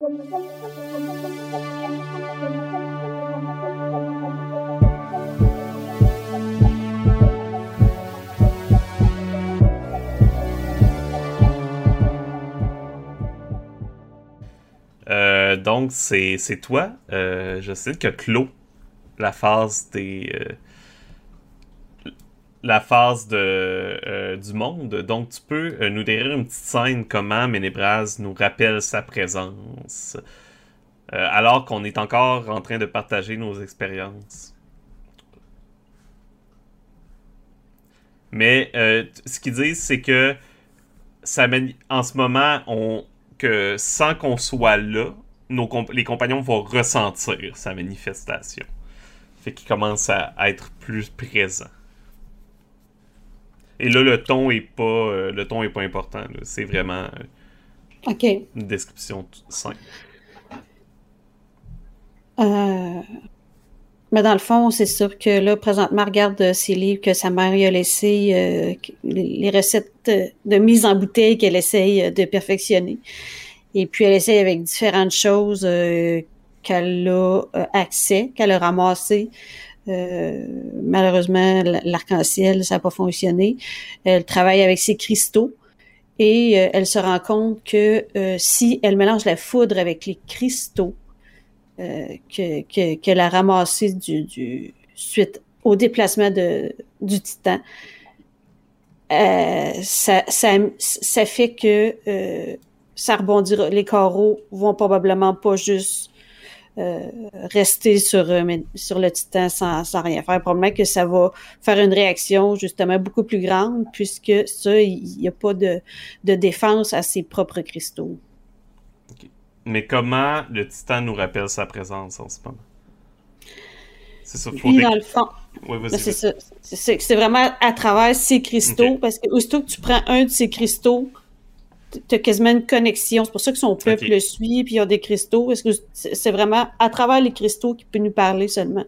Donc, c'est toi, Jocelyne, qui a clos la phase la phase du monde. Donc, tu peux nous décrire une petite scène comment Ménébraz nous rappelle sa présence, alors qu'on est encore en train de partager nos expériences. Mais ce qu'ils disent, c'est que en ce moment, que sans qu'on soit là, les compagnons vont ressentir sa manifestation. Fait qu'ils commencent à être plus présents. Et là, le ton est pas important. Là. C'est vraiment OK. une description simple. Mais dans le fond, c'est sûr que là, présentement, regarde ses livres que sa mère lui a laissé, les recettes de mise en bouteille qu'elle essaye de perfectionner. Et puis, elle essaye avec différentes choses qu'elle a accès, qu'elle a ramassées. Malheureusement, l'arc-en-ciel, ça n'a pas fonctionné. Elle travaille avec ses cristaux et elle se rend compte que si elle mélange la foudre avec les cristaux, qu'elle a ramassé suite au déplacement du Titan. Ça fait que ça rebondira. Les carreaux vont probablement pas juste rester sur le Titan sans rien faire. Probablement que ça va faire une réaction justement beaucoup plus grande puisque ça, il n'y a pas de défense à ses propres cristaux. Okay. Mais comment le Titan nous rappelle sa présence en ce moment? C'est ça, Lui, dans le fond, ouais, vas-y, c'est ça. C'est vraiment à travers ces cristaux, okay. Parce que aussitôt que tu prends un de ces cristaux, tu as quasiment une connexion. C'est pour ça que son peuple le suit, puis il y a des cristaux. Parce que c'est vraiment à travers les cristaux qu'il peut nous parler seulement.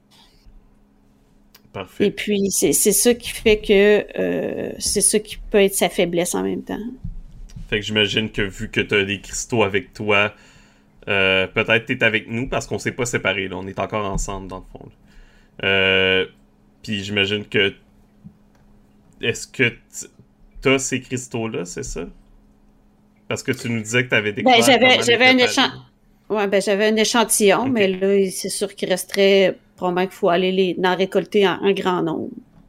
Parfait. Et puis, c'est ça qui fait que c'est ça qui peut être sa faiblesse en même temps. Fait que j'imagine que vu que tu as des cristaux avec toi, peut-être tu es avec nous parce qu'on s'est pas séparés. Là. On est encore ensemble, dans le fond. Puis j'imagine que... Est-ce que t'as ces cristaux-là, c'est ça? Parce que tu nous disais que tu avais découvert... j'avais un échantillon, okay. Mais là, c'est sûr qu'il resterait... Probablement qu'il faut aller en récolter un grand nombre.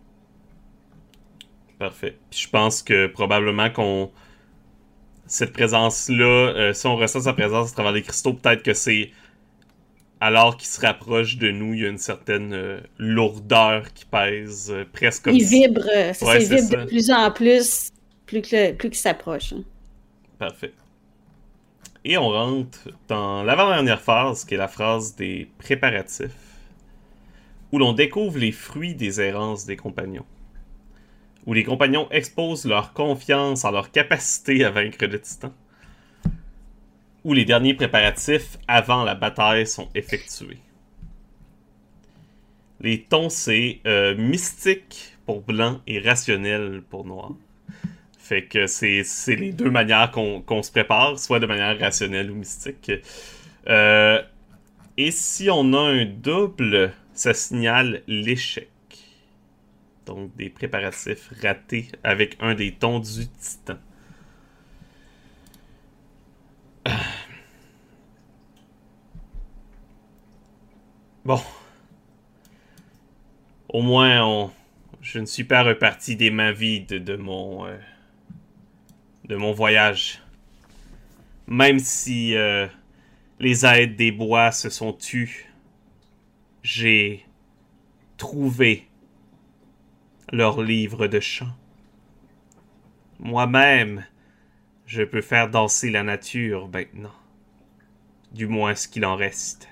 Parfait. Puis je pense que probablement cette présence-là, si on ressent sa présence à travers les cristaux, peut-être que c'est... Alors qu'il se rapproche de nous, il y a une certaine lourdeur qui pèse, presque comme il vibre, il vibre de plus en plus, plus qu'il s'approche. Hein. Parfait. Et on rentre dans l'avant-dernière phase, qui est la phase des préparatifs, où l'on découvre les fruits des errances des compagnons. Où les compagnons exposent leur confiance en leur capacité à vaincre le titan. Où les derniers préparatifs avant la bataille sont effectués. Les tons, c'est mystique pour blanc et rationnel pour noir. Fait que c'est les deux manières qu'on se prépare, soit de manière rationnelle ou mystique. Et si on a un double, ça signale l'échec. Donc des préparatifs ratés avec un des tons du titan. Bon. Au moins, je ne suis pas reparti des mains vides de mon voyage. Même si les aides des bois se sont tues, j'ai trouvé leur livre de chant. Moi-même, je peux faire danser la nature maintenant. Du moins ce qu'il en reste.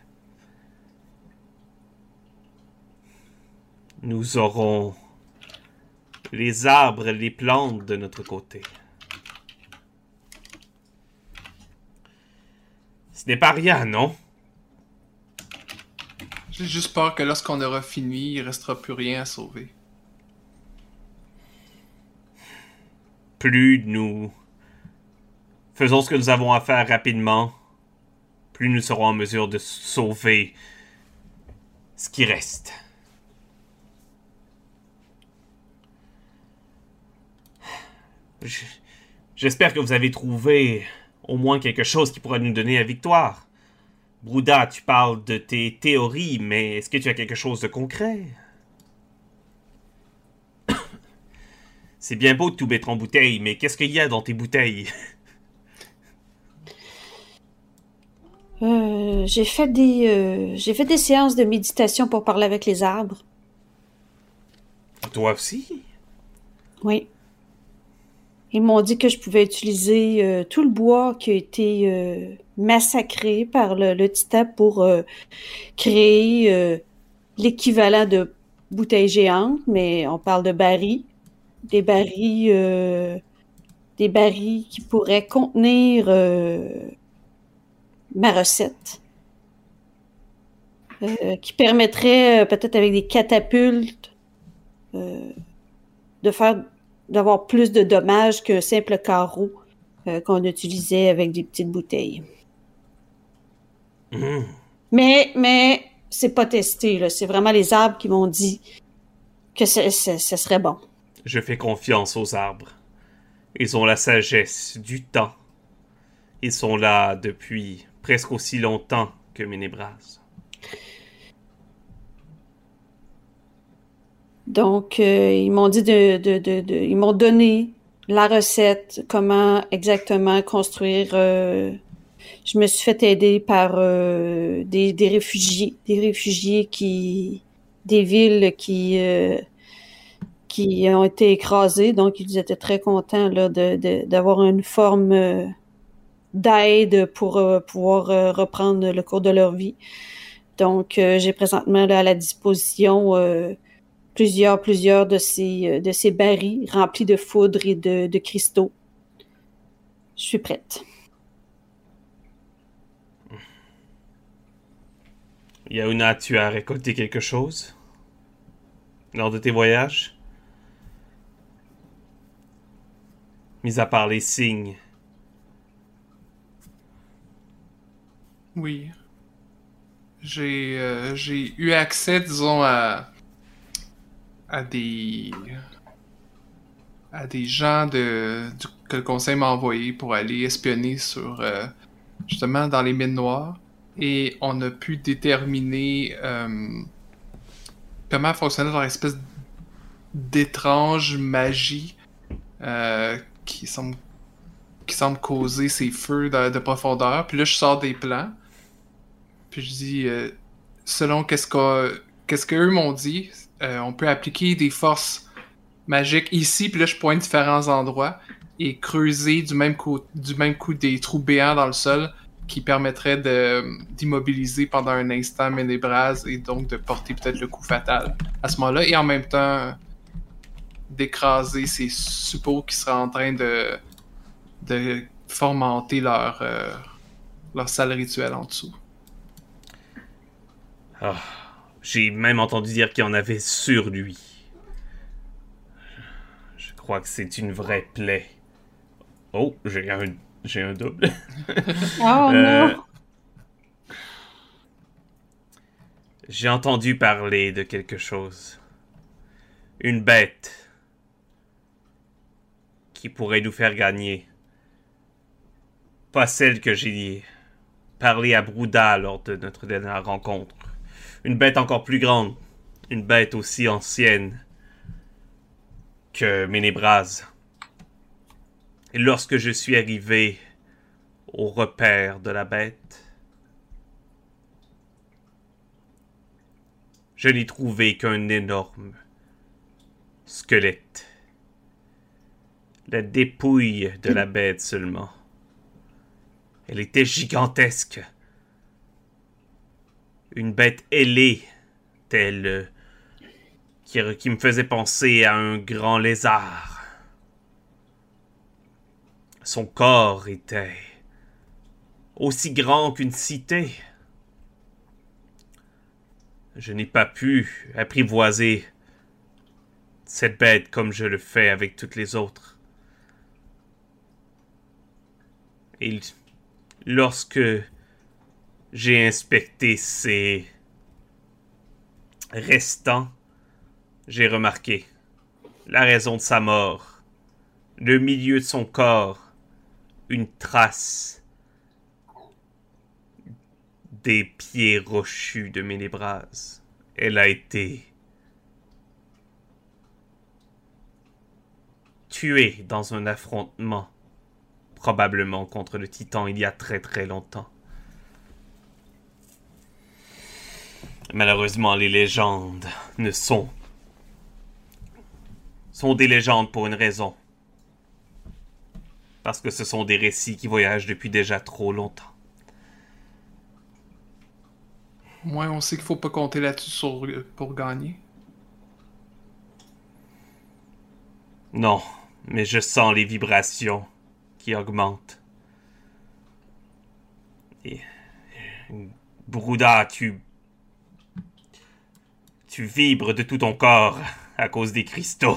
Nous aurons les arbres et les plantes de notre côté. Ce n'est pas rien, non? J'ai juste peur que lorsqu'on aura fini, il ne restera plus rien à sauver. Plus nous faisons ce que nous avons à faire rapidement, plus nous serons en mesure de sauver ce qui reste. J'espère que vous avez trouvé au moins quelque chose qui pourra nous donner la victoire. Bruda, tu parles de tes théories, mais est-ce que tu as quelque chose de concret? C'est bien beau de tout mettre en bouteille, mais qu'est-ce qu'il y a dans tes bouteilles? J'ai fait des séances de méditation pour parler avec les arbres. Toi aussi? Oui. Ils m'ont dit que je pouvais utiliser tout le bois qui a été massacré par le titan pour créer l'équivalent de bouteilles géantes, mais on parle de barils. Des barils qui pourraient contenir ma recette. Qui permettrait peut-être avec des catapultes d'avoir plus de dommages qu'un simple carreau qu'on utilisait avec des petites bouteilles. Mmh. Mais c'est pas testé, là. C'est vraiment les arbres qui m'ont dit que ce serait bon. Je fais confiance aux arbres. Ils ont la sagesse du temps. Ils sont là depuis presque aussi longtemps que Ménébras. Donc, ils m'ont dit ils m'ont donné la recette, comment exactement construire. Je me suis fait aider par des réfugiés des villes qui ont été écrasés, donc ils étaient très contents là, d'avoir une forme d'aide pour pouvoir reprendre le cours de leur vie. Donc, j'ai présentement là, à la disposition plusieurs de ces barils remplis de foudre et de cristaux. Je suis prête. Yauna, tu as récolté quelque chose lors de tes voyages? Mis à part les signes. Oui. J'ai eu accès, disons, à des gens que le conseil m'a envoyé pour aller espionner sur justement dans les mines noires, et on a pu déterminer comment fonctionnait leur espèce d'étrange magie qui semble causer ces feux de profondeur. Puis là, je sors des plans, puis je dis selon qu'est-ce qu'eux m'ont dit, on peut appliquer des forces magiques ici, puis là je pointe différents endroits et creuser du même coup des trous béants dans le sol qui permettraient d'immobiliser pendant un instant Ménébras et donc de porter peut-être le coup fatal à ce moment-là, et en même temps d'écraser ces suppôts qui seraient en train de fomenter leur sale rituel en dessous. Oh, j'ai même entendu dire qu'il y en avait sur lui. Je crois que c'est une vraie plaie. Oh, j'ai un double. Oh non! J'ai entendu parler de quelque chose. Une bête qui pourrait nous faire gagner. Pas celle que j'ai parlé à Bruda lors de notre dernière rencontre. Une bête encore plus grande. Une bête aussi ancienne que Ménébras. Et lorsque je suis arrivé au repère de la bête, je n'ai trouvé qu'un énorme squelette. La dépouille de la bête seulement. Elle était gigantesque. Une bête ailée, telle qui me faisait penser à un grand lézard. Son corps était aussi grand qu'une cité. Je n'ai pas pu apprivoiser cette bête comme je le fais avec toutes les autres. Et lorsque j'ai inspecté ses restants, j'ai remarqué la raison de sa mort, le milieu de son corps, une trace des pieds rochus de Ménébras. Elle a été tuée dans un affrontement, probablement contre le Titan il y a très très longtemps. Malheureusement, les légendes ne sont des légendes pour une raison. Parce que ce sont des récits qui voyagent depuis déjà trop longtemps. Ouais, on sait qu'il faut pas compter là-dessus pour gagner. Non, mais je sens les vibrations qui augmentent. Et Bruda, tu vibres de tout ton corps à cause des cristaux.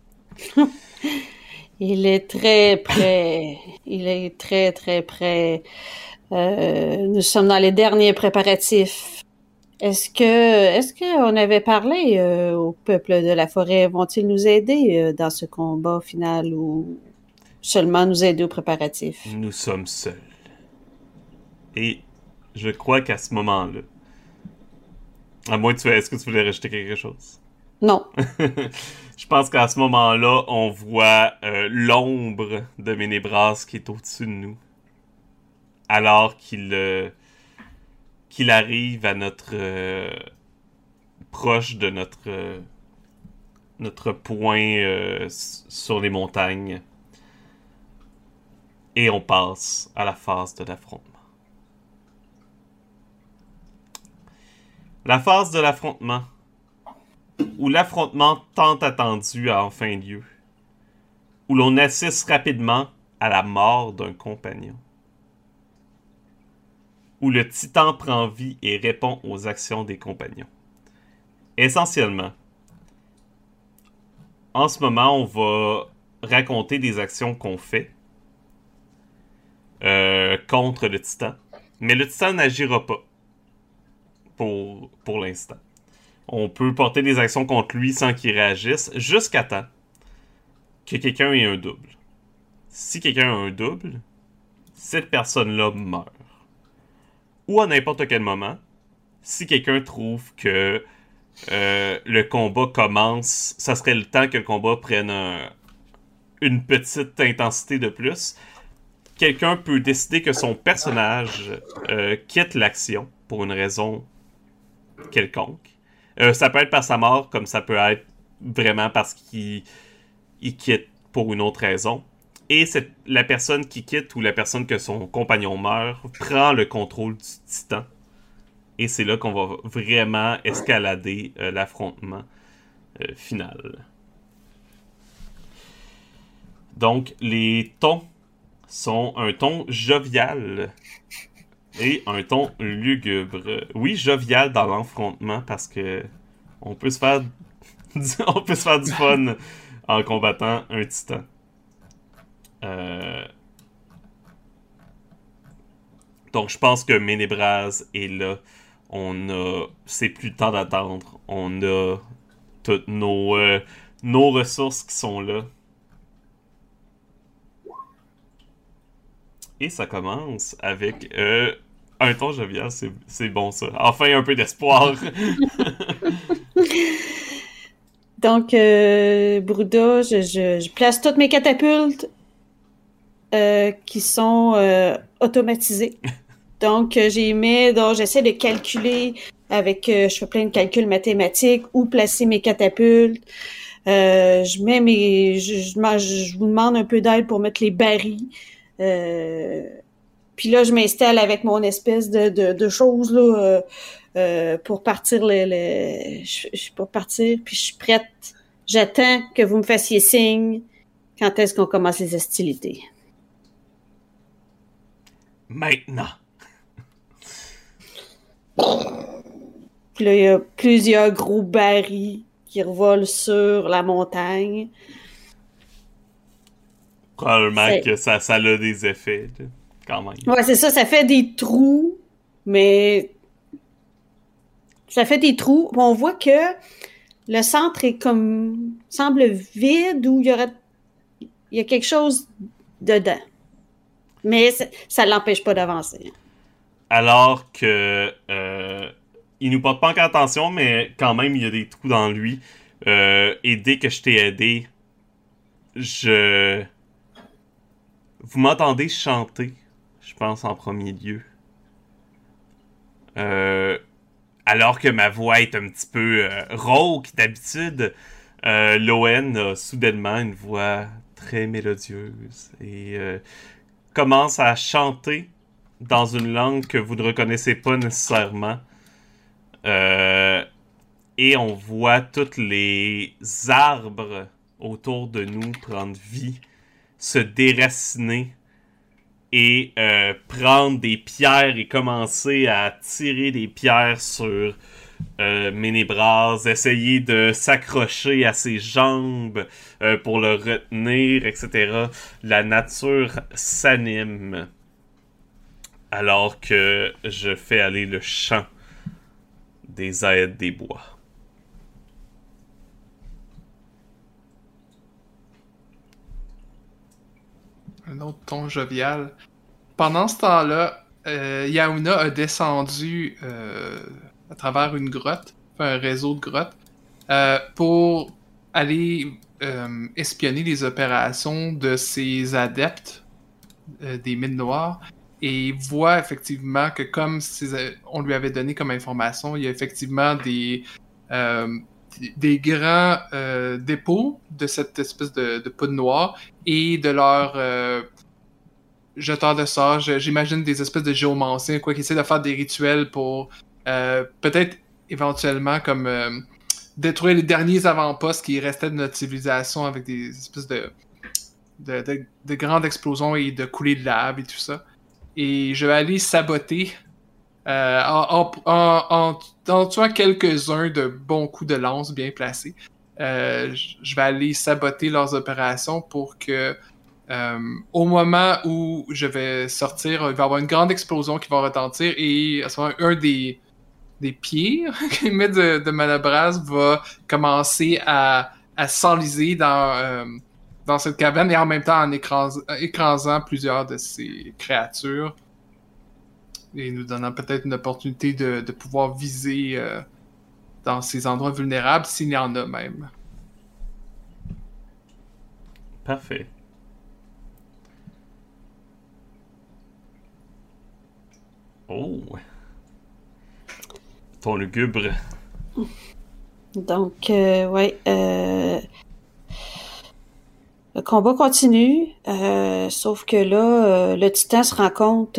Il est très près. Il est très, très près. Nous sommes dans les derniers préparatifs. Est-ce qu'on avait parlé au peuple de la forêt? Vont-ils nous aider dans ce combat final ou seulement nous aider aux préparatifs? Nous sommes seuls. Et je crois qu'à ce moment-là, à moins que est-ce que tu voulais rajouter quelque chose? Non. Je pense qu'à ce moment-là, on voit l'ombre de Ménébras qui est au-dessus de nous. Alors qu'il arrive à notre proche de notre point sur les montagnes. Et on passe à la phase de l'affrontement. La phase de l'affrontement, où l'affrontement tant attendu a enfin lieu, où l'on assiste rapidement à la mort d'un compagnon, où le titan prend vie et répond aux actions des compagnons. Essentiellement, en ce moment, on va raconter des actions qu'on fait contre le titan, mais le titan n'agira pas pour l'instant. On peut porter des actions contre lui sans qu'il réagisse jusqu'à temps que quelqu'un ait un double. Si quelqu'un a un double, cette personne-là meurt. Ou à n'importe quel moment, si quelqu'un trouve que le combat commence, ça serait le temps que le combat prenne une petite intensité de plus, quelqu'un peut décider que son personnage quitte l'action pour une raison quelconque. Ça peut être par sa mort, comme ça peut être vraiment parce qu'il quitte pour une autre raison. Et la personne qui quitte ou la personne que son compagnon meurt prend le contrôle du titan. Et c'est là qu'on va vraiment escalader l'affrontement final. Donc, les tons sont un ton jovial et un ton lugubre. Oui, jovial dans l'affrontement parce que on peut se faire du fun en combattant un titan. Donc je pense que Ménébras est là. C'est plus le temps d'attendre. On a toutes nos ressources qui sont là. Et ça commence avec un ton jovial, c'est bon ça. Enfin un peu d'espoir. Donc, Bruda, je place toutes mes catapultes qui sont automatisées. Donc, j'essaie de calculer je fais plein de calculs mathématiques, où placer mes catapultes. Je vous demande un peu d'aide pour mettre les barils. Puis là, je m'installe avec mon espèce de choses là, pour partir pour partir, puis je suis prête. J'attends que vous me fassiez signe quand est-ce qu'on commence les hostilités. Maintenant. Puis là, il y a plusieurs gros barils qui revolent sur la montagne. Probablement que ça a des effets, là, quand même. Ouais, c'est ça, ça fait des trous Mais ça fait des trous. On voit que le centre est semble vide ou il y a quelque chose dedans. Mais ça ne l'empêche pas d'avancer. Alors que il nous porte pas encore attention, mais quand même il y a des trous dans lui. Et dès que je t'ai aidé, vous m'entendez chanter, je pense en premier lieu. Alors que ma voix est un petit peu rauque d'habitude, Loen a soudainement une voix très mélodieuse et commence à chanter dans une langue que vous ne reconnaissez pas nécessairement. Et on voit tous les arbres autour de nous prendre vie, se déraciner et prendre des pierres et commencer à tirer des pierres sur Ménébras, essayer de s'accrocher à ses jambes pour le retenir, etc. La nature s'anime alors que je fais aller le chant des aèdes des bois. Un autre ton jovial. Pendant ce temps-là, Yauna a descendu à travers une grotte, un réseau de grottes, pour aller espionner les opérations de ses adeptes des mines noires. Et voit effectivement que comme on lui avait donné comme information, il y a effectivement des grands dépôts de cette espèce de poudre noire et de leurs jeteurs de sorts, j'imagine des espèces de géomanciens, quoi, qui essaient de faire des rituels pour peut-être éventuellement comme détruire les derniers avant-postes qui restaient de notre civilisation avec des espèces de grandes explosions et de coulées de lave et tout ça. Et je vais aller saboter en tuant quelques-uns de bons coups de lance bien placés. Je vais aller saboter leurs opérations pour que au moment où je vais sortir, il va y avoir une grande explosion qui va retentir et à ce moment un des pieds de Malabras va commencer à s'enliser dans cette caverne et en même temps en écrasant plusieurs de ces créatures et nous donnant peut-être une opportunité de pouvoir viser dans ces endroits vulnérables s'il y en a même. Parfait. Oh! Ton lugubre. Donc, ouais. Le combat continue, sauf que là, le titan se rend compte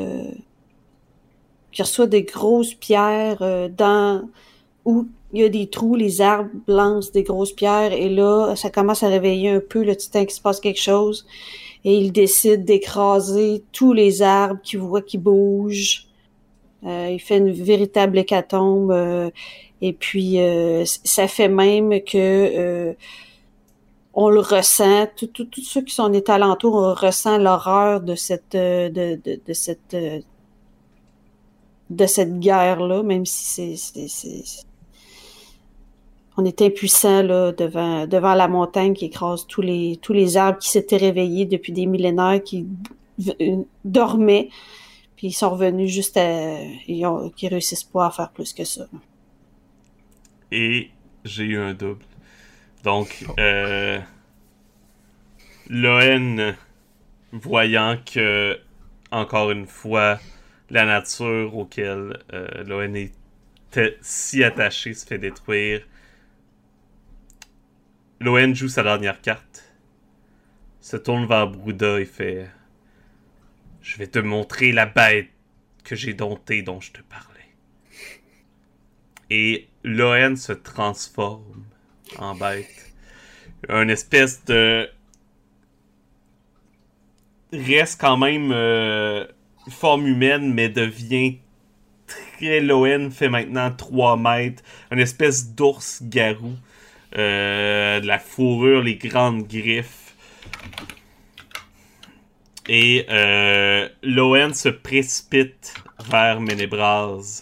qu'il reçoit des grosses pierres où il y a des trous, les arbres lancent des grosses pierres, et là, ça commence à réveiller un peu le titan qu'il se passe quelque chose, et il décide d'écraser tous les arbres qu'il voit qui bougent. Il fait une véritable hécatombe, et puis ça fait même que on le ressent, tous ceux qui sont en état alentour, on ressent l'horreur de cette guerre-là, même si on est impuissant là devant la montagne qui écrase tous les arbres qui s'étaient réveillés depuis des millénaires, qui dormaient, puis ils sont revenus juste qui réussissent pas à faire plus que ça. Et j'ai eu un double. Donc, Loen, voyant que, encore une fois, la nature auquel Loen était si attaché se fait détruire, Loen joue sa dernière carte, se tourne vers Bruda et fait « Je vais te montrer la bête que j'ai domptée dont je te parlais. » Et Loen se transforme en bête. Une espèce de... reste quand même forme humaine, mais devient très Loen, fait maintenant 3 mètres. Une espèce d'ours garou. De la fourrure, les grandes griffes. Et Loen se précipite vers Ménébras.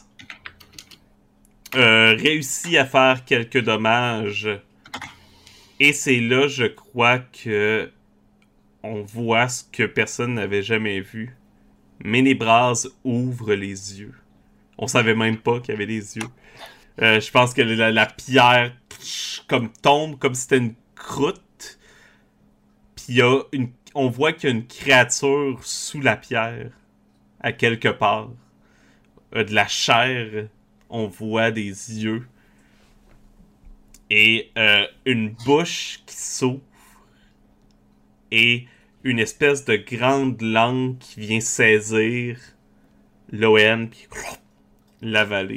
Réussit à faire quelques dommages. Et c'est là, je crois, que on voit ce que personne n'avait jamais vu. Ménébras ouvre les yeux. On savait même pas qu'il y avait des yeux. Je pense que la pierre comme tombe comme si c'était une croûte. Puis on voit qu'il y a une créature sous la pierre, à quelque part. De la chair, on voit des yeux. Et une bouche qui s'ouvre. Et une espèce de grande langue qui vient saisir l'ON puis l'avaler.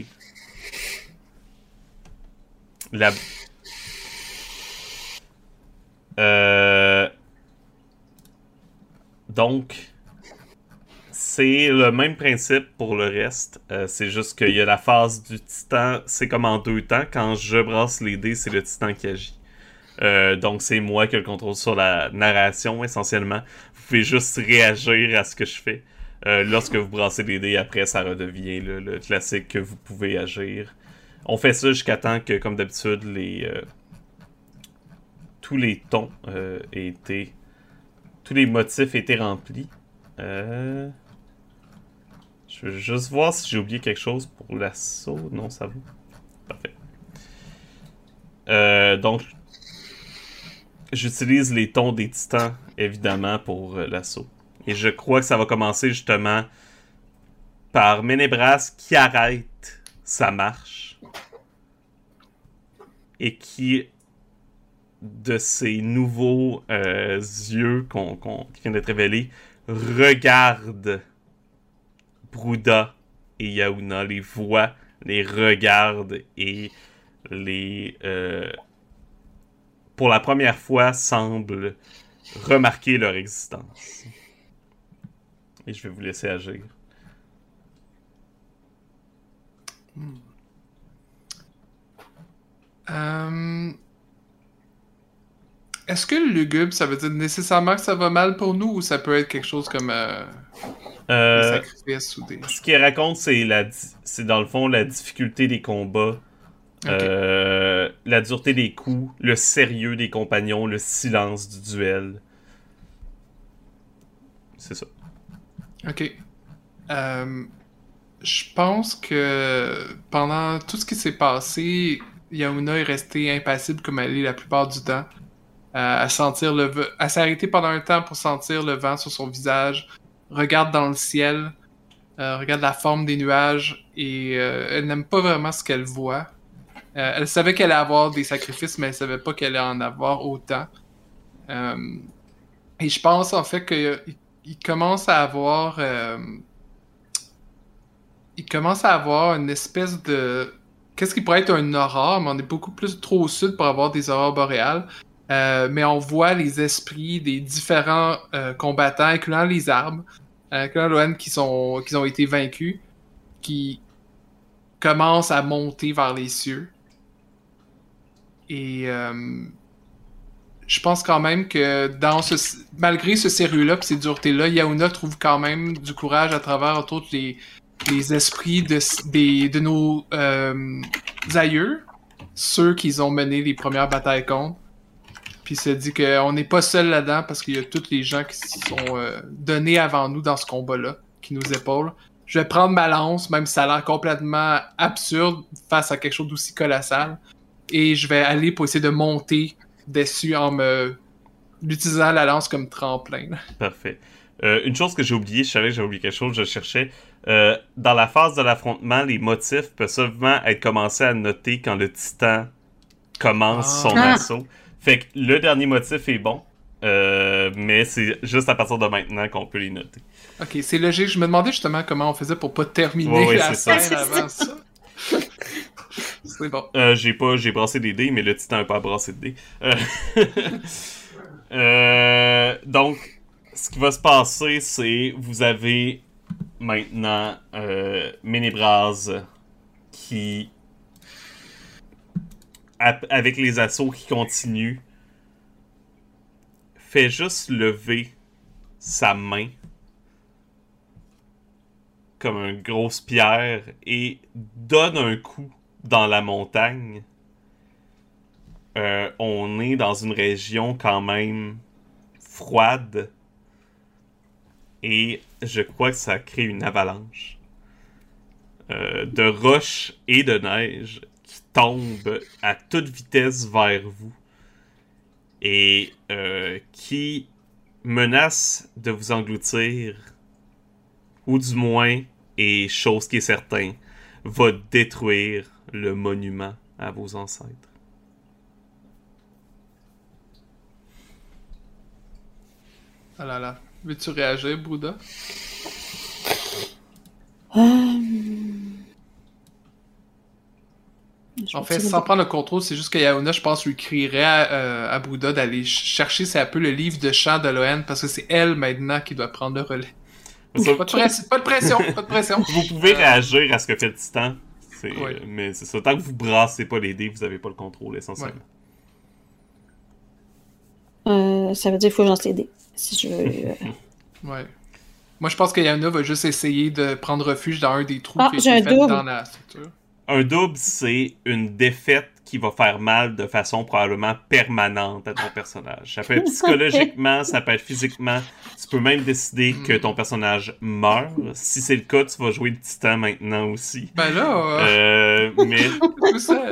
Donc, c'est le même principe pour le reste. C'est juste qu'il y a la phase du titan, c'est comme en 2 temps. Quand je brasse les dés, c'est le titan qui agit. Donc c'est moi qui ai le contrôle sur la narration essentiellement. Vous pouvez juste réagir à ce que je fais. Lorsque vous brassez les dés, après ça redevient le classique que vous pouvez agir. On fait ça jusqu'à temps que, comme d'habitude, tous les tons tous les motifs étaient remplis. Je veux juste voir si j'ai oublié quelque chose pour l'assaut. Non, ça va. Parfait. Donc j'utilise les tons des titans, évidemment, pour l'assaut. Et je crois que ça va commencer justement par Ménébras qui arrête sa marche et qui, de ses nouveaux yeux qui viennent d'être révélés, regarde Bruda et Yauna, les voit, les regarde et les... pour la première fois, semblent remarquer leur existence. Et je vais vous laisser agir. Est-ce que lugubre, ça veut dire nécessairement que ça va mal pour nous ou ça peut être quelque chose comme des sacrifices ou des... Ce qu'il raconte, c'est dans le fond la difficulté des combats. Okay. La dureté des coups, le sérieux des compagnons, le silence du duel. C'est ça. Ok. Je pense que pendant tout ce qui s'est passé, Yauna est restée impassible comme elle est la plupart du temps. À sentir elle s'est arrêtée pendant un temps pour sentir le vent sur son visage, regarde dans le ciel, regarde la forme des nuages et elle n'aime pas vraiment ce qu'elle voit. Elle savait qu'elle allait avoir des sacrifices, mais elle savait pas qu'elle allait en avoir autant. Et je pense en fait qu'il commence à avoir... il commence à avoir une espèce de... Qu'est-ce qui pourrait être un aurore, mais on est beaucoup plus trop au sud pour avoir des aurores boréales. Mais on voit les esprits des différents combattants, incluant les arbres, incluant l'ON qui ont été vaincus, qui commencent à monter vers les cieux. Et je pense quand même que malgré ce sérieux-là et ces duretés-là, Yauna trouve quand même du courage à travers tous les esprits de nos aïeux, ceux qui ont mené les premières batailles contre. Puis il se dit qu'on n'est pas seul là-dedans parce qu'il y a tous les gens qui se sont donnés avant nous dans ce combat-là, qui nous épaulent. Je vais prendre ma lance, même si ça a l'air complètement absurde face à quelque chose d'aussi colossal. Et je vais aller pour essayer de monter dessus en utilisant la lance comme tremplin. Parfait. Une chose que j'ai oubliée, je savais que j'avais oublié quelque chose, je cherchais. Dans la phase de l'affrontement, les motifs peuvent seulement être commencés à noter quand le titan commence son assaut. Fait que le dernier motif est bon, mais c'est juste à partir de maintenant qu'on peut les noter. Ok, c'est logique. Je me demandais justement comment on faisait pour pas terminer la scène avant ça. C'est bon. J'ai brassé des dés, mais le titan n'a pas brassé de dés. Donc, ce qui va se passer, c'est vous avez maintenant Ménébras qui, avec les assauts qui continuent, fait juste lever sa main comme une grosse pierre et donne un coup dans la montagne. On est dans une région quand même froide et je crois que ça crée une avalanche de roches et de neige qui tombent à toute vitesse vers vous et qui menace de vous engloutir, ou du moins, et chose qui est certain, va détruire le monument à vos ancêtres. Ah là là. Veux-tu réagir, Bouddha? En fait, sans prendre le contrôle, c'est juste que Yauna, je pense, lui crierait à Bouddha d'aller chercher, c'est un peu le livre de chant de Loen, parce que c'est elle, maintenant, qui doit prendre le relais. Pas de pression, pas de pression. Vous pouvez réagir à ce que fait le Titan, Oui. mais c'est ça. Tant que vous brassez pas les dés, vous avez pas le contrôle, essentiellement. Ça veut dire qu'il faut que j'en cède. Si je veux... Ouais. Moi, je pense que Yauna va juste essayer de prendre refuge dans un des trous qui j'ai a un été fait double. dans la structure. Un double, c'est une défaite qui va faire mal de façon probablement permanente à ton personnage. Ça peut être psychologiquement, ça peut être physiquement. Tu peux même décider que ton personnage meurt. Si c'est le cas, tu vas jouer le Titan maintenant aussi. Ben là... Mais... tout ça.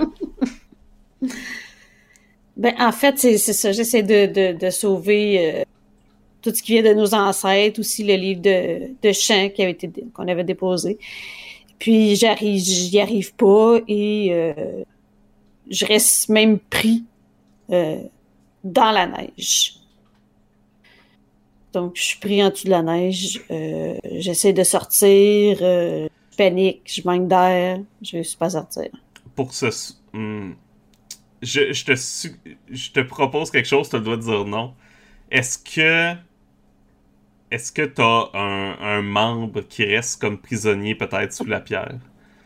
Ben, en fait, c'est ça. J'essaie de sauver tout ce qui vient de nos ancêtres, aussi le livre de chant qu'on avait déposé. Puis j'y arrive pas et je reste même pris dans la neige. Donc je suis pris en dessous de la neige. J'essaie de sortir, je panique, je manque d'air, je ne sais pas sortir. Pour ce... Je te propose quelque chose, tu dois dire non. Est-ce que t'as un membre qui reste comme prisonnier peut-être sous la pierre?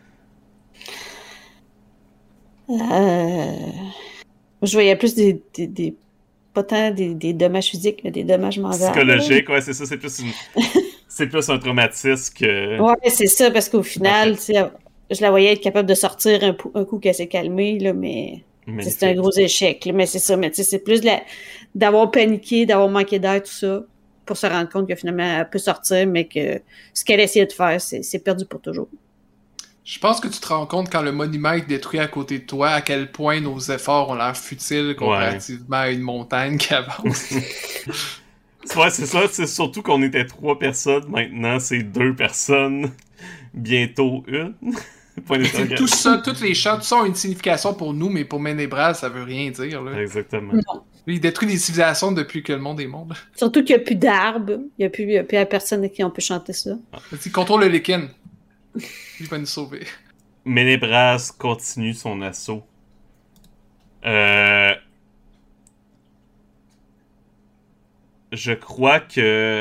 Je voyais plus pas tant des dommages physiques, mais des dommages mentaux. Psychologiques, ouais, c'est ça, c'est plus un traumatisme que... Ouais, c'est ça, parce qu'au final, je la voyais être capable de sortir un coup qu'elle s'est calmée, là, mais c'est un gros échec. Là, mais c'est ça, mais c'est plus d'avoir paniqué, d'avoir manqué d'air, tout ça, pour se rendre compte que finalement, elle peut sortir, mais que ce qu'elle essayait de faire, c'est perdu pour toujours. Je pense que tu te rends compte quand le monument est détruit à côté de toi, à quel point nos efforts ont l'air futiles comparativement à une montagne qui avance. Ouais, c'est ça, c'est surtout qu'on était 3 personnes, maintenant c'est 2 personnes, bientôt une. Tout ça, tous les chants, tout ça ont une signification pour nous, mais pour Ménébras, ça veut rien dire. Là. Exactement. Non. Il détruit des civilisations depuis que le monde est monde. Surtout qu'il n'y a plus d'arbres, il n'y a plus personne à qui on peut chanter ça. Il contrôle le Lycan. Il va nous sauver. Ménébras continue son assaut. Je crois que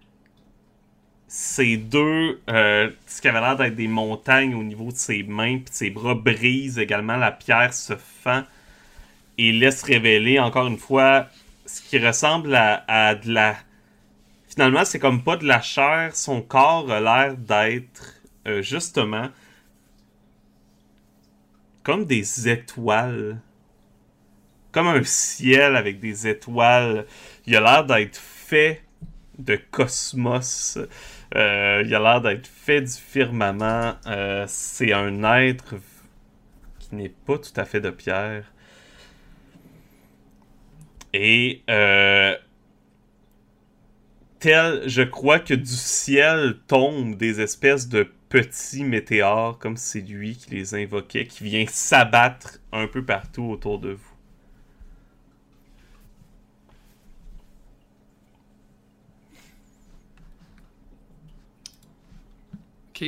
ces deux, ce qui avait l'air d'être des montagnes au niveau de ses mains puis de ses bras brisent également, la pierre se fend et laisse révéler encore une fois ce qui ressemble à de la... Finalement, c'est comme pas de la chair, son corps a l'air d'être justement comme des étoiles. Comme un ciel avec des étoiles. Il a l'air d'être fait de cosmos. Il a l'air d'être fait du firmament. C'est un être qui n'est pas tout à fait de pierre. Et je crois que du ciel tombent des espèces de petits météores, comme c'est lui qui les invoquait, qui vient s'abattre un peu partout autour de vous. Ok.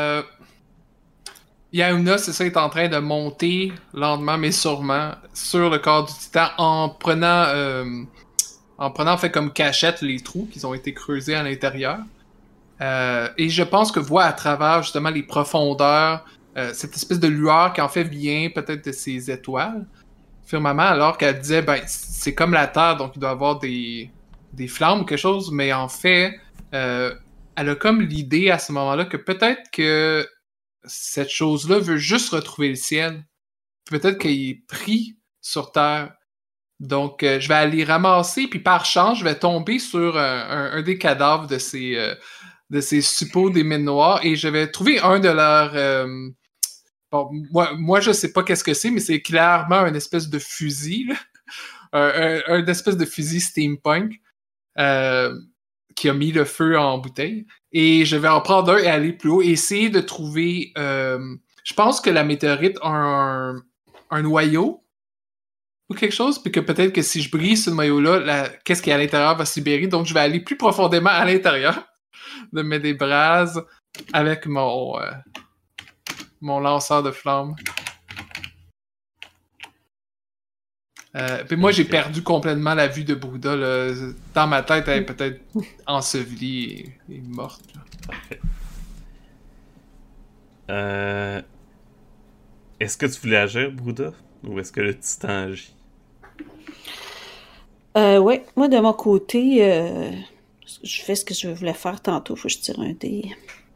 Yauna, c'est ça, est en train de monter lentement mais sûrement sur le corps du titan en prenant en fait comme cachette les trous qui ont été creusés à l'intérieur. Et je pense que voit à travers justement les profondeurs cette espèce de lueur qui en fait vient peut-être de ces étoiles firmament, alors qu'elle disait ben c'est comme la Terre, donc il doit y avoir des flammes ou quelque chose, mais en fait elle elle a comme l'idée à ce moment-là que peut-être que cette chose-là veut juste retrouver le ciel. Peut-être qu'il est pris sur Terre. Donc, je vais aller ramasser, puis par chance, je vais tomber sur un des cadavres de ces suppôts des mines noires, et je vais trouver un de leurs... bon, moi, je sais pas qu'est-ce que c'est, mais c'est clairement une espèce de fusil, là. Un espèce de fusil steampunk qui a mis le feu en bouteille. Et je vais en prendre un et aller plus haut et essayer de trouver... je pense que la météorite a un noyau ou quelque chose, puis que peut-être que si je brise ce noyau-là, qu'est-ce qui est à l'intérieur va se libérer. Donc, je vais aller plus profondément à l'intérieur, de mettre des braises avec mon lanceur de flammes. Puis moi, j'ai perdu complètement la vue de Bouddha. Là. Dans ma tête, elle est peut-être ensevelie et morte. Parfait. Est-ce que tu voulais agir, Bouddha? Ou est-ce que le titan agit? Oui, moi de mon côté, je fais ce que je voulais faire tantôt. Faut que je tire un dé.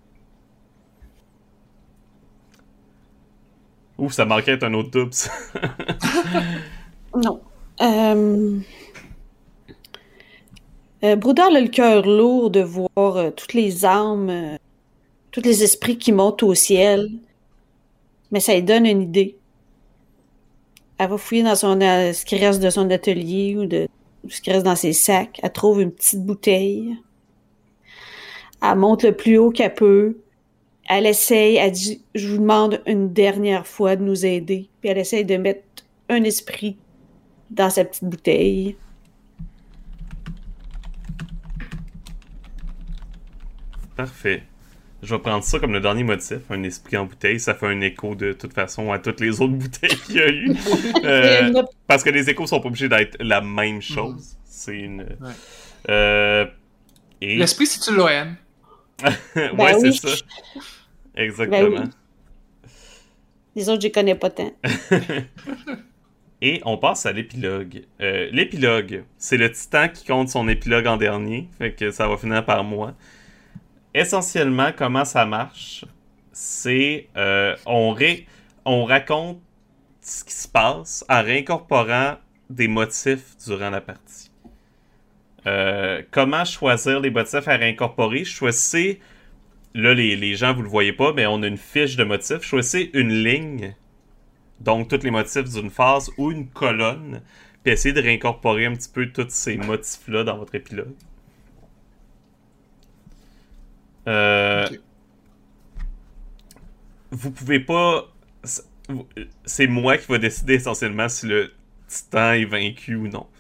Ouf, ça manquait être un autre double, ça. Non. Brouddard a le cœur lourd de voir toutes les âmes, tous les esprits qui montent au ciel. Mais ça lui donne une idée. Elle va fouiller dans ce qui reste de son atelier ou de ce qui reste dans ses sacs. Elle trouve une petite bouteille. Elle monte le plus haut qu'elle peut. Elle essaye, elle dit « Je vous demande une dernière fois de nous aider. » Puis elle essaye de mettre un esprit dans sa petite bouteille. Parfait. Je vais prendre ça comme le dernier motif, un esprit en bouteille. Ça fait un écho de toute façon à toutes les autres bouteilles qu'il y a eu. Parce que les échos sont pas obligés d'être la même chose. C'est une... Et... L'esprit, c'est-tu l'OM? Ouais, oui. C'est ça. Exactement. Ben oui. Les autres, je les connais pas tant. Et on passe à l'épilogue. L'épilogue, c'est le titan qui compte son épilogue en dernier. Fait que ça va finir par moi. Essentiellement, comment ça marche, c'est on raconte ce qui se passe en réincorporant des motifs durant la partie. Comment choisir les motifs à réincorporer? Choisissez, là les gens vous le voyez pas, mais on a une fiche de motifs. Choisissez une ligne, donc tous les motifs d'une phase ou une colonne, puis essayez de réincorporer un petit peu tous ces motifs-là dans votre épilogue. Okay. Vous pouvez pas... C'est moi qui va décider essentiellement si le titan est vaincu ou non.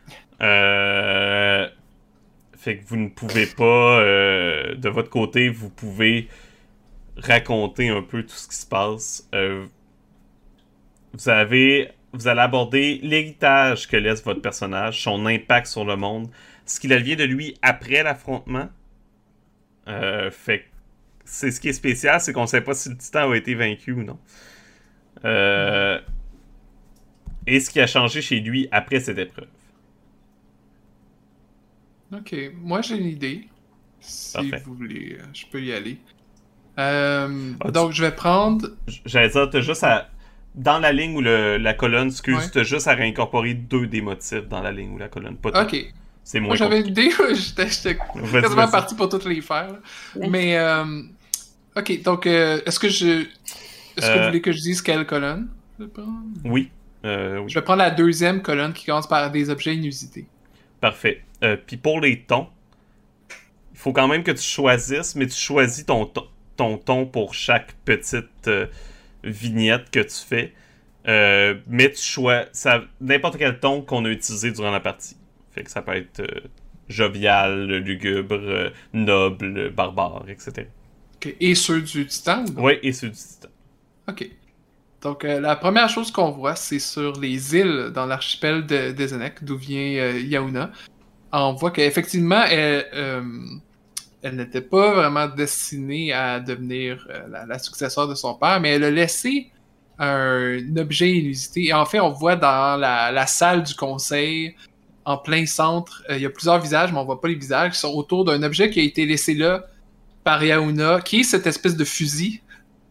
Fait que vous ne pouvez pas... de votre côté, vous pouvez raconter un peu tout ce qui se passe. Vous allez aborder l'héritage que laisse votre personnage, son impact sur le monde, ce qu'il advient de lui après l'affrontement. Fait que c'est ce qui est spécial, c'est qu'on sait pas si le titan a été vaincu ou non. Et ce qui a changé chez lui après cette épreuve. Ok, moi j'ai une idée. Si Parfait. Vous voulez, je peux y aller. Donc je vais prendre... J'allais dire, t'as juste à... Dans la ligne ou la colonne, t'as juste à réincorporer 2 des motifs dans la ligne ou la colonne. Pas ok. C'est moins moi, j'avais une idée, j'étais quasiment parti pour toutes les faire. Là. Mais, ok, donc, est-ce que vous voulez que je dise quelle colonne je vais prendre? Oui. Je vais prendre la deuxième colonne qui commence par des objets inusités. Parfait. Puis pour les tons, il faut quand même que tu choisisses, mais tu choisis ton ton pour chaque petite vignette que tu fais. Mais tu choisis n'importe quel ton qu'on a utilisé durant la partie. Fait que ça peut être jovial, lugubre, noble, barbare, etc. Okay. Et ceux du titan? Oui, et ceux du titan. Ok. Donc, la première chose qu'on voit, c'est sur les îles dans l'archipel de Dezenek, d'où vient Yauna. On voit qu'effectivement, elle n'était pas vraiment destinée à devenir la successeur de son père, mais elle a laissé un objet inusité. Et en fait, on voit dans la salle du conseil, en plein centre, il y a plusieurs visages, mais on voit pas les visages, qui sont autour d'un objet qui a été laissé là par Yauna, qui est cette espèce de fusil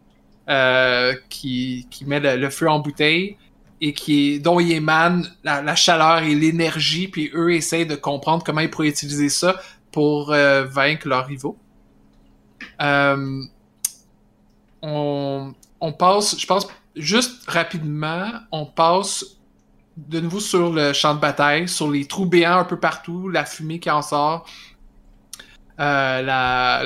qui met le feu en bouteille et dont il émane la chaleur et l'énergie, puis eux essayent de comprendre comment ils pourraient utiliser ça pour vaincre leurs rivaux. On passe, je pense, juste rapidement, on passe de nouveau sur le champ de bataille, sur les trous béants un peu partout, la fumée qui en sort, la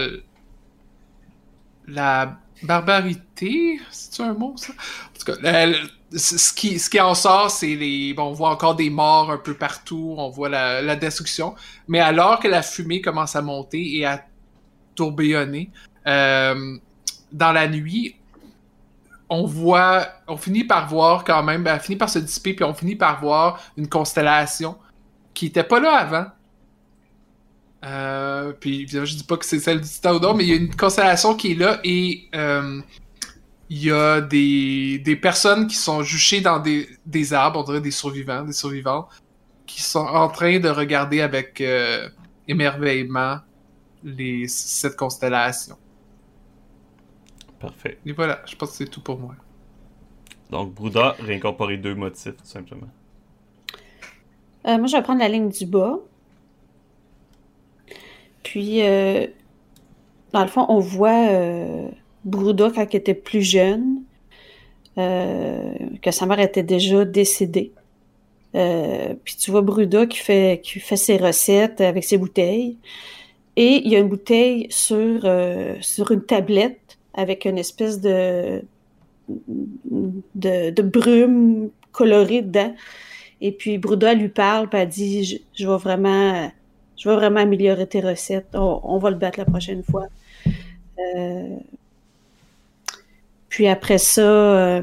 barbarité, c'est-tu un mot, ça? En tout cas, ce qui en sort, c'est on voit encore des morts un peu partout, on voit la destruction, mais alors que la fumée commence à monter et à tourbillonner, dans la nuit, on finit par voir quand même, elle finit par se dissiper, puis on finit par voir une constellation qui était pas là avant. Puis évidemment, je dis pas que c'est celle du Titan Odor, mais il y a une constellation qui est là et il y a des personnes qui sont juchées dans des arbres, on dirait des survivants, qui sont en train de regarder avec émerveillement cette constellation. Parfait. Et voilà, je pense que c'est tout pour moi. Donc, Bruda réincorporer 2 motifs, tout simplement. Moi, je vais prendre la ligne du bas. Puis, dans le fond, on voit Bruda quand elle était plus jeune, que sa mère était déjà décédée. Puis tu vois Bruda qui fait ses recettes avec ses bouteilles. Et il y a une bouteille sur une tablette avec une espèce de brume colorée dedans. Et puis Bruda lui parle, puis elle dit je vais vraiment améliorer tes recettes. On va le battre la prochaine fois. Puis après ça,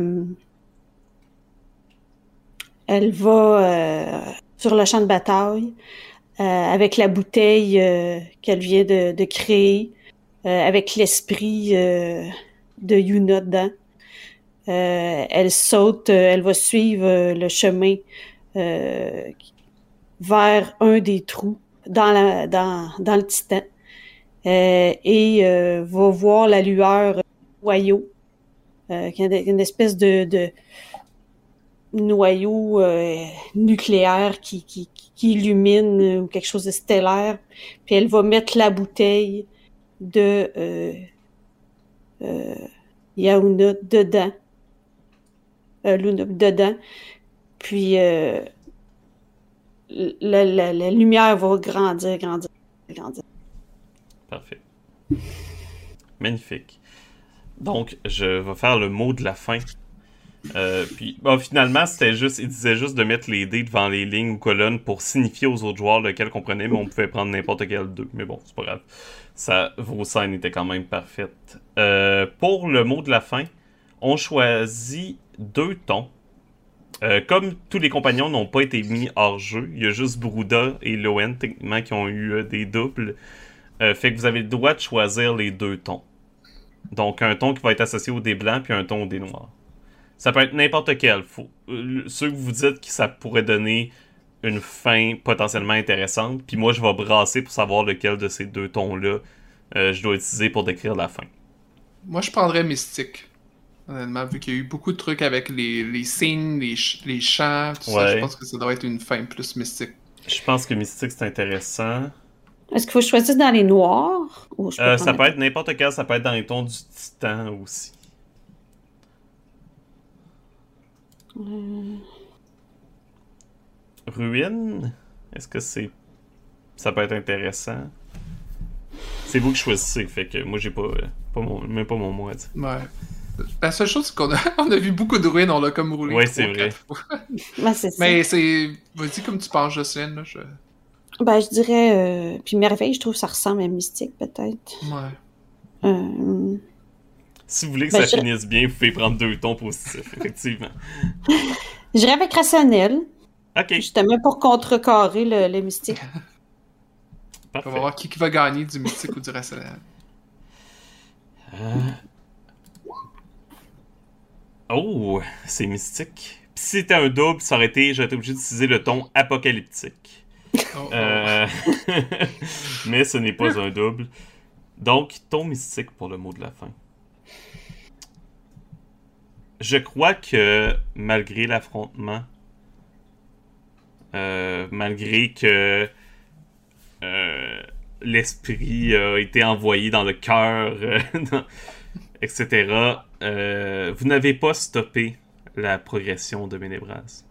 elle va sur le champ de bataille avec la bouteille qu'elle vient de créer, avec l'esprit de Yuna dedans. Elle saute, elle va suivre le chemin vers un des trous dans le Titan et va voir la lueur noyau, qui est une espèce de noyau nucléaire qui illumine quelque chose de stellaire. Puis elle va mettre la bouteille de Yauna dedans. Luna dedans. Puis la lumière va grandir. Parfait. Magnifique. Donc, je vais faire le mot de la fin. Puis, finalement, il disait juste de mettre les dés devant les lignes ou colonnes pour signifier aux autres joueurs lequel qu'on prenait, mais on pouvait prendre n'importe quel d'eux. Mais bon, c'est pas grave. Vos scènes étaient quand même parfaites. Pour le mot de la fin, on choisit 2 tons. Comme tous les compagnons n'ont pas été mis hors jeu, il y a juste Bruda et Loen, techniquement, qui ont eu des doubles. Fait que vous avez le droit de choisir les 2 tons. Donc, un ton qui va être associé au dé blanc, puis un ton au dé noir. Ça peut être n'importe quel. Ceux que vous dites que ça pourrait donner une fin potentiellement intéressante, puis moi, je vais brasser pour savoir lequel de ces 2 tons-là je dois utiliser pour décrire la fin. Moi, je prendrais Mystique. Honnêtement, vu qu'il y a eu beaucoup de trucs avec les signes, les chants, tout ça, je pense que ça doit être une fin plus mystique. Je pense que Mystique, c'est intéressant. Est-ce qu'il faut choisir dans les noirs? Ou ça peut être n'importe quel, ça peut être dans les tons du Titan aussi. Ruine? Est-ce que ça peut être intéressant? C'est vous qui choisissez, fait que moi j'ai même pas mon mot à dire. Ouais. La seule chose, c'est qu'on a vu beaucoup de ruines, on l'a comme roulé. Oui, c'est vrai. C'est ça. Mais vas-y comme tu penses, Jocelyne. Là, je dirais... puis Merveille, je trouve que ça ressemble à Mystique, peut-être. Ouais. Si vous voulez que ça finisse bien, vous pouvez prendre 2 tons positifs, effectivement. J'irais avec Rationnel. OK. Justement pour contrecarrer le Mystique. Parfait. On va voir qui va gagner, du Mystique ou du Rationnel. Oh, c'est Mystique. Puis si c'était un double, j'aurais été obligé d'utiliser le ton apocalyptique. Mais ce n'est pas un double. Donc, ton mystique pour le mot de la fin. Je crois que malgré l'affrontement, malgré que l'esprit a été envoyé dans le cœur, etc., vous n'avez pas stoppé la progression de Ménébras.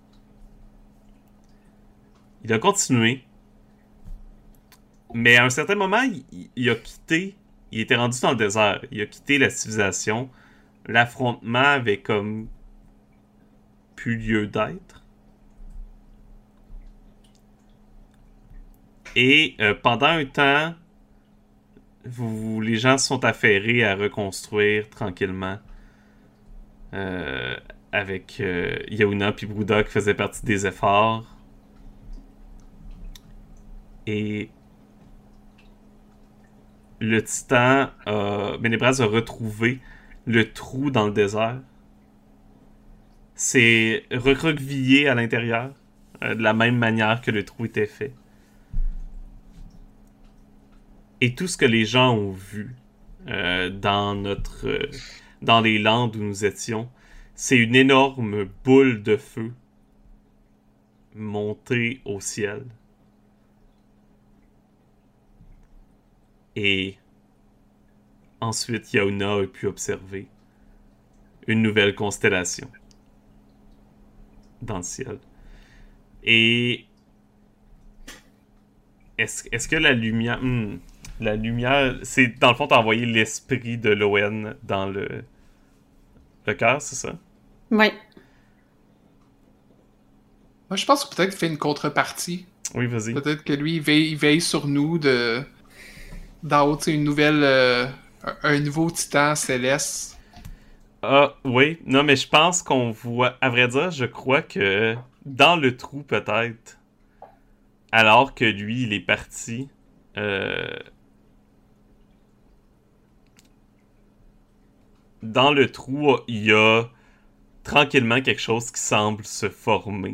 Il a continué, mais à un certain moment, il a quitté, il était rendu dans le désert, il a quitté la civilisation. L'affrontement avait comme plus lieu d'être. Et pendant un temps, les gens se sont affairés à reconstruire tranquillement. Avec Yauna puis Bruda qui faisaient partie des efforts. Et le titan, Ménébras a retrouvé le trou dans le désert. C'est recroquevillé à l'intérieur, de la même manière que le trou était fait. Et tout ce que les gens ont vu dans les landes où nous étions, c'est une énorme boule de feu montée au ciel. Et ensuite, Yauna a pu observer une nouvelle constellation dans le ciel. Et est-ce que la lumière... la lumière... C'est, dans le fond, t'as envoyé l'esprit de Lowen dans le cœur, c'est ça? Oui. Moi, je pense que peut-être qu'il fait une contrepartie. Oui, vas-y. Peut-être que lui, il veille sur nous d'en haut, une nouvelle... un nouveau titan céleste. Ah, oui. Non, mais je pense qu'on voit... À vrai dire, je crois que dans le trou, peut-être, alors que lui, il est parti... Dans le trou, il y a tranquillement quelque chose qui semble se former.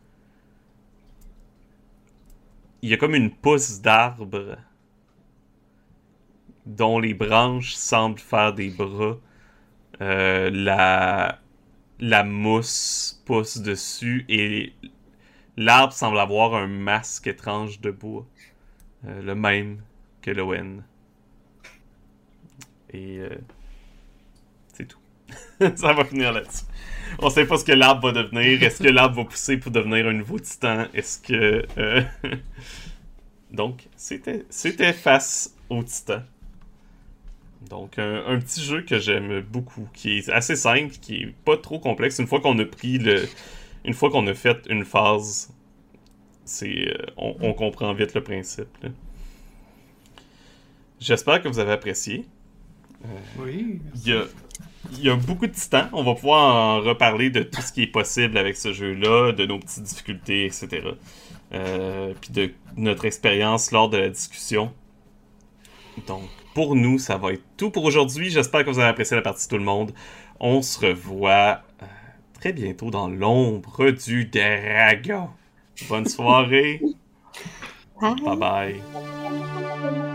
Il y a comme une pousse d'arbre dont les branches semblent faire des bras. La mousse pousse dessus et l'arbre semble avoir un masque étrange de bois. Le même que Lowen. Et c'est tout. Ça va finir là-dessus. On sait pas ce que l'arbre va devenir. Est-ce que l'arbre va pousser pour devenir un nouveau titan? Est-ce que... Donc, c'était face au titan. Donc, un petit jeu que j'aime beaucoup, qui est assez simple, qui est pas trop complexe. Une fois qu'on a une fois qu'on a fait une phase, on comprend vite le principe, là. J'espère que vous avez apprécié. Oui. Il y a beaucoup de titans. On va pouvoir en reparler de tout ce qui est possible avec ce jeu-là, de nos petites difficultés, etc. Puis de notre expérience lors de la discussion. Donc, pour nous, ça va être tout pour aujourd'hui. J'espère que vous avez apprécié la partie, tout le monde. On se revoit très bientôt dans l'ombre du dragon. Bonne soirée. Bye bye.